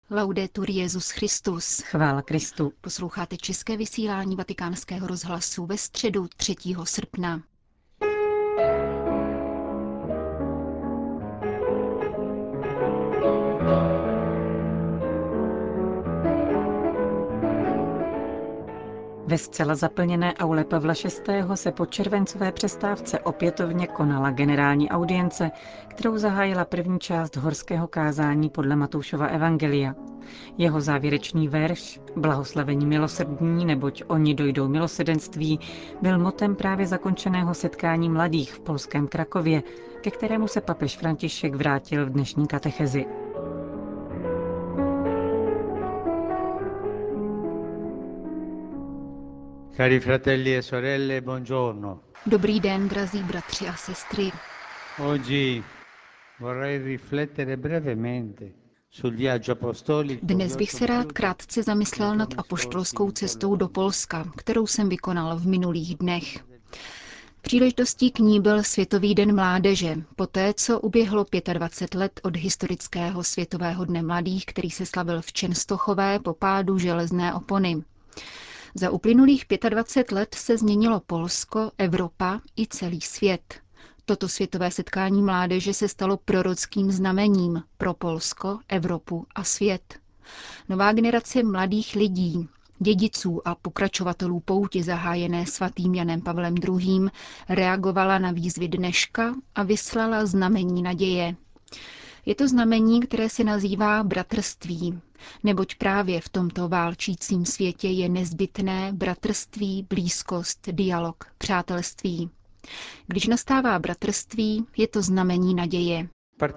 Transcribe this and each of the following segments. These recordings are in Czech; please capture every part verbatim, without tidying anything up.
Laudetur Jesus Christus. Chvála Kristu. Posloucháte české vysílání Vatikánského rozhlasu ve středu třetího srpna. Ve zcela zaplněné aule Pavla šestého. se po červencové přestávce opětovně konala generální audience, kterou zahájila první část horského kázání podle Matoušova evangelia. Jeho závěrečný verš, blahoslavení milosrdní, neboť oni dojdou milosrdenství, byl motem právě zakončeného setkání mladých v polském Krakově, ke kterému se papež František vrátil v dnešní katechezi. Cari fratelli e sorelle, buongiorno. Dobrý den, drazí bratři a sestry. Oggi vorrei riflettere brevemente sul viaggio apostolico. Dnes bych se rád krátce zamyslel nad apoštolskou cestou do Polska, kterou jsem vykonal v minulých dnech. Příležitostí k ní byl Světový den mládeže, poté co uběhlo dvacet pět let od historického Světového dne mladých, který se slavil v Čenstochové po pádu železné opony. Za uplynulých dvacet pět let se změnilo Polsko, Evropa i celý svět. Toto světové setkání mládeže se stalo prorockým znamením pro Polsko, Evropu a svět. Nová generace mladých lidí, dědiců a pokračovatelů pouti zahájené svatým Janem Pavlem druhým. reagovala na výzvy dneška a vyslala znamení naděje. Je to znamení, které se nazývá bratrství, neboť právě v tomto válčícím světě je nezbytné bratrství, blízkost, dialog, přátelství. Když nastává bratrství, je to znamení naděje.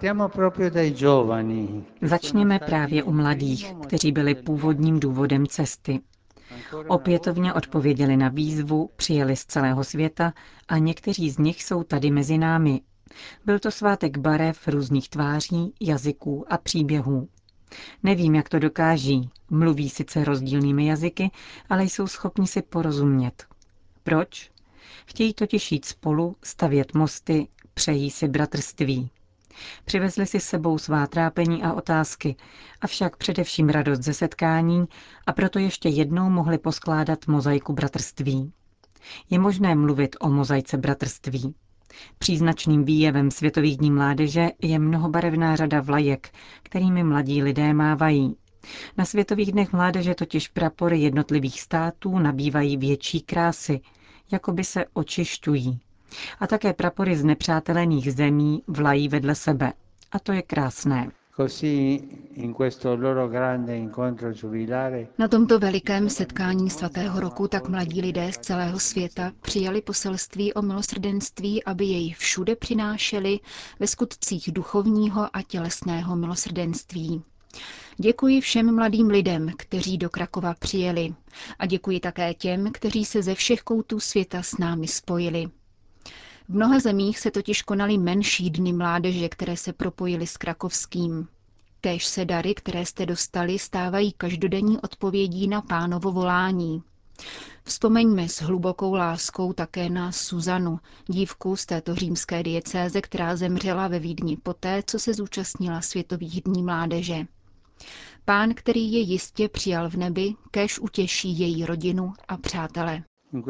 Začněme právě u mladých, kteří byli původním důvodem cesty. Opětovně odpověděli na výzvu, přijeli z celého světa a někteří z nich jsou tady mezi námi. Byl to svátek barev, různých tváří, jazyků a příběhů. Nevím, jak to dokáží. Mluví sice rozdílnými jazyky, ale jsou schopni si porozumět. Proč? Chtějí totiž jít spolu, stavět mosty, přejí si bratrství. Přivezli si s sebou svá trápení a otázky, avšak především radost ze setkání a proto ještě jednou mohli poskládat mozaiku bratrství. Je možné mluvit o mozaice bratrství. Příznačným výjevem Světových dní mládeže je mnohobarevná řada vlajek, kterými mladí lidé mávají. Na Světových dnech mládeže totiž prapory jednotlivých států nabývají větší krásy, jako by se očišťují. A také prapory z nepřátelených zemí vlají vedle sebe. A to je krásné. Na tomto velikém setkání svatého roku tak mladí lidé z celého světa přijali poselství o milosrdenství, aby jej všude přinášeli ve skutcích duchovního a tělesného milosrdenství. Děkuji všem mladým lidem, kteří do Krakova přijeli, a děkuji také těm, kteří se ze všech koutů světa s námi spojili. V mnoha zemích se totiž konaly menší dny mládeže, které se propojily s krakovským. Kéž se dary, které jste dostali, stávají každodenní odpovědí na Pánovo volání. Vzpomeňme s hlubokou láskou také na Suzanu, dívku z této římské diecéze, která zemřela ve Vídni poté, co se zúčastnila Světových dní mládeže. Pán, který je jistě přijal v nebi, kéž utěší její rodinu a přátele.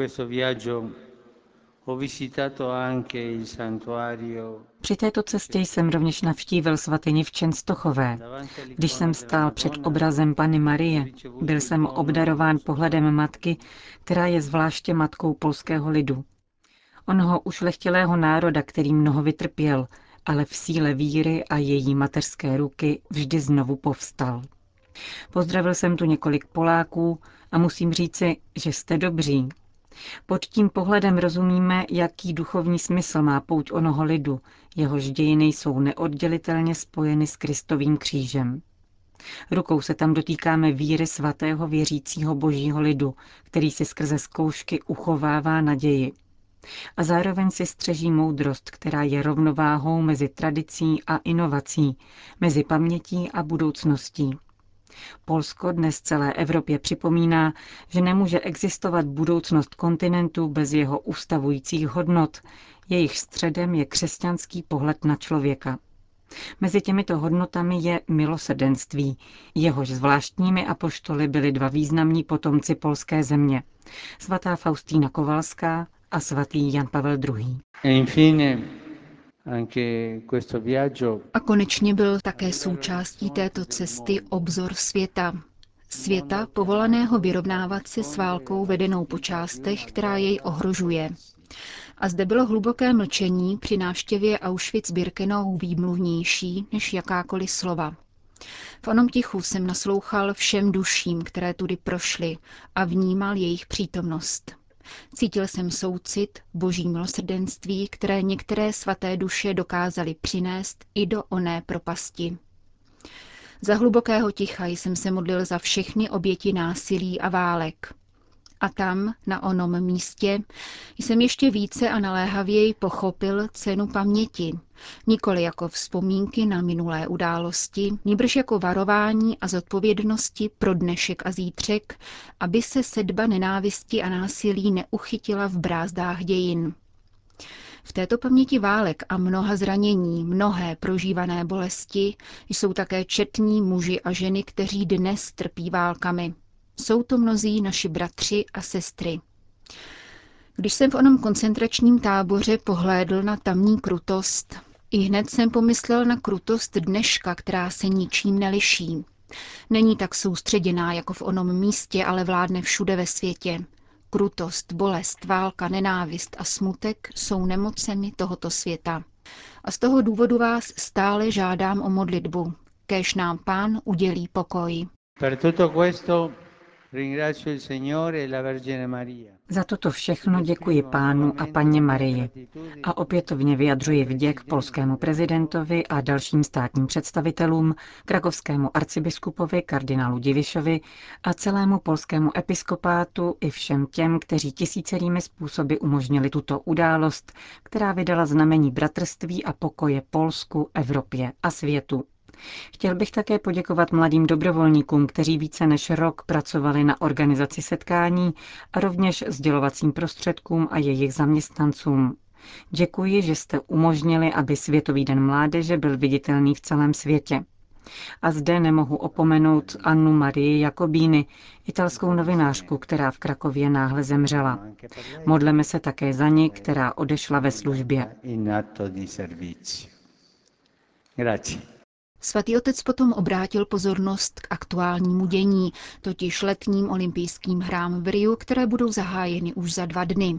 Při této cestě jsem rovněž navštívil svatyni v Čenstochové. Když jsem stál před obrazem Panny Marie, byl jsem obdarován pohledem matky, která je zvláště matkou polského lidu. Onoho ušlechtilého národa, který mnoho vytrpěl, ale v síle víry a její mateřské ruky vždy znovu povstal. Pozdravil jsem tu několik Poláků a musím říci, že jste dobří. Pod tím pohledem rozumíme, jaký duchovní smysl má pouť onoho lidu, jehož dějiny jsou neoddělitelně spojeny s Kristovým křížem. Rukou se tam dotýkáme víry svatého věřícího božího lidu, který si skrze zkoušky uchovává naději. A zároveň si střeží moudrost, která je rovnováhou mezi tradicí a inovací, mezi pamětí a budoucností. Polsko dnes celé Evropě připomíná, že nemůže existovat budoucnost kontinentu bez jeho ustavujících hodnot, jejich středem je křesťanský pohled na člověka. Mezi těmito hodnotami je milosrdenství, jehož zvláštními apoštoly byli dva významní potomci polské země, svatá Faustína Kowalská a svatý Jan Pavel druhý. A konečně byl také součástí této cesty obzor světa. Světa povolaného vyrovnávat se s válkou vedenou po částech, která jej ohrožuje. A zde bylo hluboké mlčení při návštěvě Auschwitz-Birkenau výmluvnější než jakákoliv slova. V onom tichu jsem naslouchal všem duším, které tudy prošly, a vnímal jejich přítomnost. Cítil jsem soucit, boží milosrdenství, které některé svaté duše dokázaly přinést i do oné propasti. Za hlubokého ticha jsem se modlil za všechny oběti násilí a válek. A tam, na onom místě, jsem ještě více a naléhavěji pochopil cenu paměti, nikoli jako vzpomínky na minulé události, nýbrž jako varování a zodpovědnosti pro dnešek a zítřek, aby se sedba nenávisti a násilí neuchytila v brázdách dějin. V této paměti válek a mnoha zranění, mnohé prožívané bolesti jsou také četní muži a ženy, kteří dnes trpí válkami. Jsou to mnozí naši bratři a sestry. Když jsem v onom koncentračním táboře pohlédl na tamní krutost, i hned jsem pomyslel na krutost dneška, která se ničím neliší. Není tak soustředěná jako v onom místě, ale vládne všude ve světě. Krutost, bolest, válka, nenávist a smutek jsou nemocemi tohoto světa. A z toho důvodu vás stále žádám o modlitbu. Kéž nám Pán udělí pokoj. Za toto všechno děkuji Pánu a Panně Marii a opětovně vyjadřuji vděk polskému prezidentovi a dalším státním představitelům, krakovskému arcibiskupovi kardinálu Dziwiszovi a celému polskému episkopátu i všem těm, kteří tisícerými způsoby umožnili tuto událost, která vydala znamení bratrství a pokoje Polsku, Evropě a světu. Chtěl bych také poděkovat mladým dobrovolníkům, kteří více než rok pracovali na organizaci setkání a rovněž sdělovacím prostředkům a jejich zaměstnancům. Děkuji, že jste umožnili, aby Světový den mládeže byl viditelný v celém světě. A zde nemohu opomenout Annu Marii Jakobíny, italskou novinářku, která v Krakově náhle zemřela. Modleme se také za ní, která odešla ve službě. Svatý otec potom obrátil pozornost k aktuálnímu dění, totiž letním olympijským hrám v Riu, které budou zahájeny už za dva dny.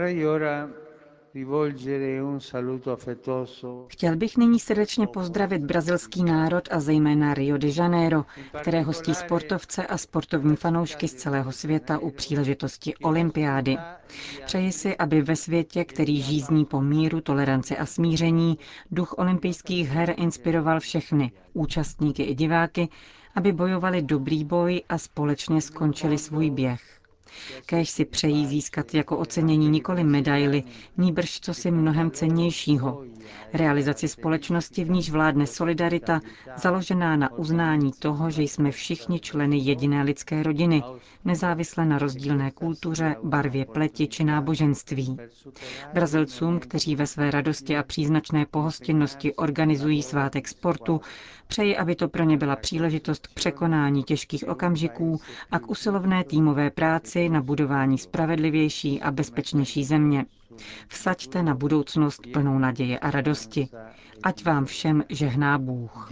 Chtěl bych nyní srdečně pozdravit brazilský národ a zejména Rio de Janeiro, které hostí sportovce a sportovní fanoušky z celého světa u příležitosti olympiády. Přeji si, aby ve světě, který žízní po míru, toleranci a smíření, duch olympijských her inspiroval všechny, účastníky i diváky, aby bojovali dobrý boj a společně skončili svůj běh. Kéž si přejí získat jako ocenění nikoli medaily, nýbrž cosi mnohem cennějšího. Realizaci společnosti, v níž vládne solidarita, založená na uznání toho, že jsme všichni členy jediné lidské rodiny, nezávisle na rozdílné kultuře, barvě pleti či náboženství. Brazilcům, kteří ve své radosti a příznačné pohostinnosti organizují svátek sportu, přeji, aby to pro ně byla příležitost k překonání těžkých okamžiků a k usilovné týmové práci na budování spravedlivější a bezpečnější země. Vsaďte na budoucnost plnou naděje a radosti. Ať vám všem žehná Bůh.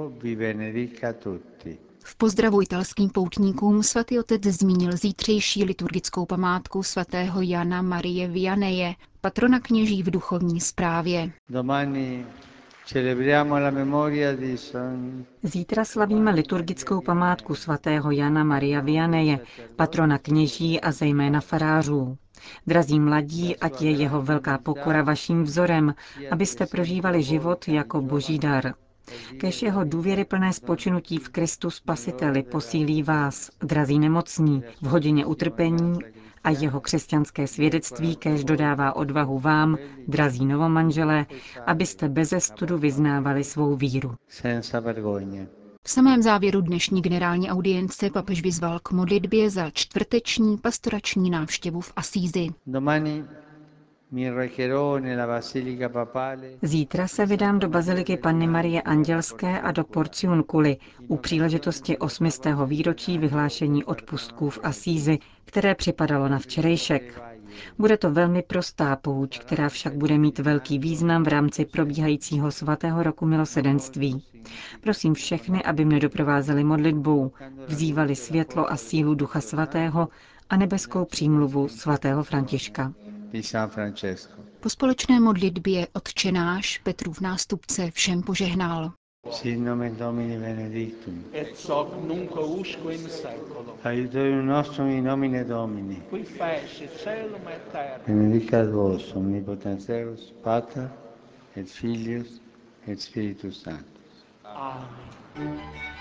V pozdravu italským poutníkům svatý otec zmínil zítřejší liturgickou památku svatého Jana Marie Vianeje, patrona kněží v duchovní správě. Zítra slavíme liturgickou památku svatého Jana Maria Vianeje, patrona kněží a zejména farářů. Drazí mladí, ať je jeho velká pokora vaším vzorem, abyste prožívali život jako boží dar. Kéž jeho důvěryplné spočinutí v Kristu Spasiteli posílí vás, drazí nemocní, v hodině utrpení a jeho křesťanské svědectví kéž dodává odvahu vám, drazí novomanželé, abyste beze studu vyznávali svou víru. V samém závěru dnešní generální audience papež vyzval k modlitbě za čtvrteční pastorační návštěvu v Asízi. Zítra se vydám do baziliky Panny Marie Andělské a do Porciunculi u příležitosti osmistého výročí vyhlášení odpustků v Asízi, které připadalo na včerejšek. Bude to velmi prostá pouť, která však bude mít velký význam v rámci probíhajícího svatého roku milosedenství. Prosím všechny, aby mne doprovázeli modlitbou, vzývali světlo a sílu Ducha Svatého a nebeskou přímluvu svatého Františka. Po společné modlitbě Otče náš Petrův nástupce všem požehnal. Sit nomen Domini benedictum. Et hoc nunc usque in seculum. Aiutorium nostrum in nomine Domini. Qui feci caelum et terra. Benedicat vos omnipotens Deus, Pater et Filius et Spiritus Sanctus. Amen.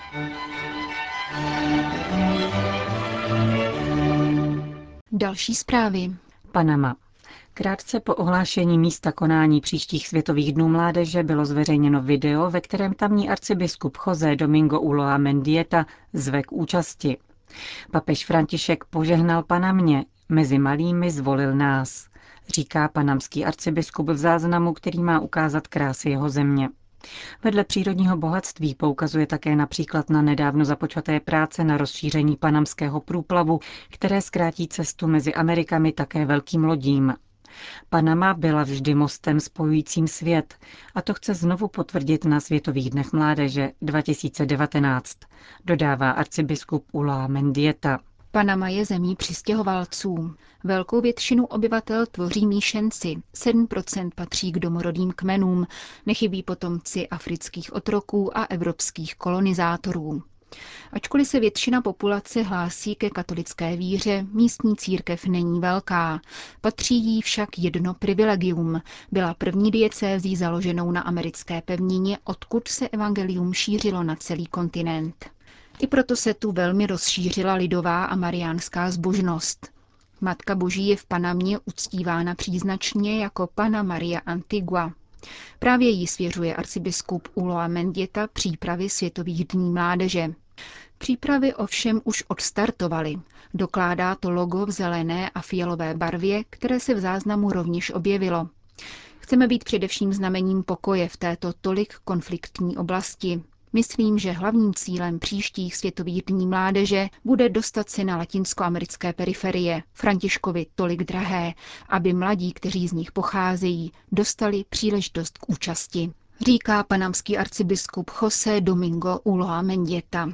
Další zprávy. Panama. Krátce po ohlášení místa konání příštích světových dnů mládeže bylo zveřejněno video, ve kterém tamní arcibiskup José Domingo Ulloa Mendieta zve k účasti. Papež František požehnal Panamě, mezi malými zvolil nás, říká panamský arcibiskup v záznamu, který má ukázat krásy jeho země. Vedle přírodního bohatství poukazuje také například na nedávno započaté práce na rozšíření panamského průplavu, které zkrátí cestu mezi Amerikami také velkým lodím. Panama byla vždy mostem spojujícím svět a to chce znovu potvrdit na Světových dnech mládeže dva tisíce devatenáct, dodává arcibiskup Ulloa Mendieta. Panama je zemí přistěhovalců. Velkou většinu obyvatel tvoří míšenci, sedm procent patří k domorodým kmenům, nechybí potomci afrických otroků a evropských kolonizátorů. Ačkoliv se většina populace hlásí ke katolické víře, místní církev není velká. Patří jí však jedno privilegium. Byla první diecézí založenou na americké pevnině, odkud se evangelium šířilo na celý kontinent. I proto se tu velmi rozšířila lidová a mariánská zbožnost. Matka Boží je v Panamě uctívána příznačně jako Panna Maria Antigua. Právě jí svěřuje arcibiskup Ulloa Mendieta přípravy Světových dní mládeže. Přípravy ovšem už odstartovaly. Dokládá to logo v zelené a fialové barvě, které se v záznamu rovněž objevilo. Chceme být především znamením pokoje v této tolik konfliktní oblasti. Myslím, že hlavním cílem příštích Světových dní mládeže bude dostat se na latinskoamerické periferie, Františkovi tolik drahé, aby mladí, kteří z nich pocházejí, dostali příležitost k účasti, říká panamský arcibiskup José Domingo Ulloa Mendieta.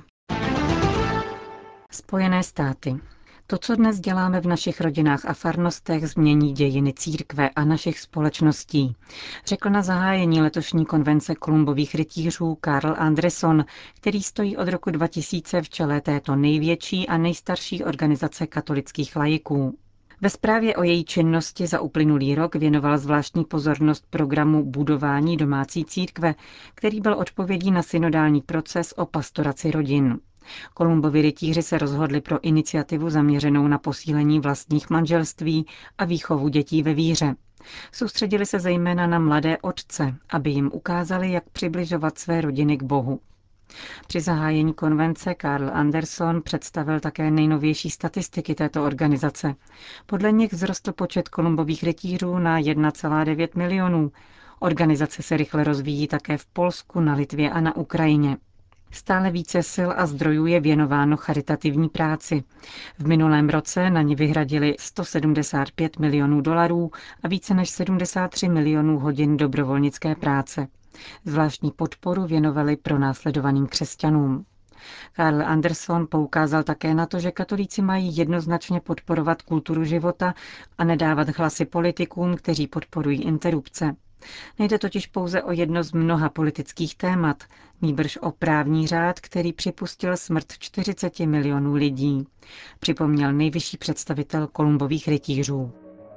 Spojené státy. To, co dnes děláme v našich rodinách a farnostech, změní dějiny církve a našich společností, řekl na zahájení letošní konvence Kolumbových rytířů Karl Anderson, který stojí od roku dva tisíce v čele této největší a nejstarší organizace katolických laiků. Ve zprávě o její činnosti za uplynulý rok věnoval zvláštní pozornost programu Budování domácí církve, který byl odpovědí na synodální proces o pastoraci rodin. Kolumbovi rytíři se rozhodli pro iniciativu zaměřenou na posílení vlastních manželství a výchovu dětí ve víře. Soustředili se zejména na mladé otce, aby jim ukázali, jak přibližovat své rodiny k Bohu. Při zahájení konvence Karl Anderson představil také nejnovější statistiky této organizace. Podle nich vzrostl počet kolumbových rytířů na jedna celá devět milionů. Organizace se rychle rozvíjí také v Polsku, na Litvě a na Ukrajině. Stále více sil a zdrojů je věnováno charitativní práci. V minulém roce na ni vyhradili sto sedmdesát pět milionů dolarů a více než sedmdesát tři milionů hodin dobrovolnické práce. Zvláštní podporu věnovali pronásledovaným křesťanům. Karl Anderson poukázal také na to, že katolíci mají jednoznačně podporovat kulturu života a nedávat hlasy politikům, kteří podporují interrupce. Nejde totiž pouze o jedno z mnoha politických témat, nýbrž o právní řád, který připustil smrt čtyřiceti milionů lidí, připomněl nejvyšší představitel Kolumbových rytířů.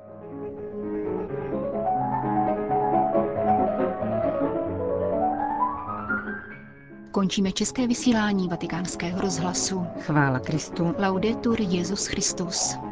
Končíme české vysílání Vatikánského rozhlasu. Chvála Kristu. Laudetur Jesus Christus.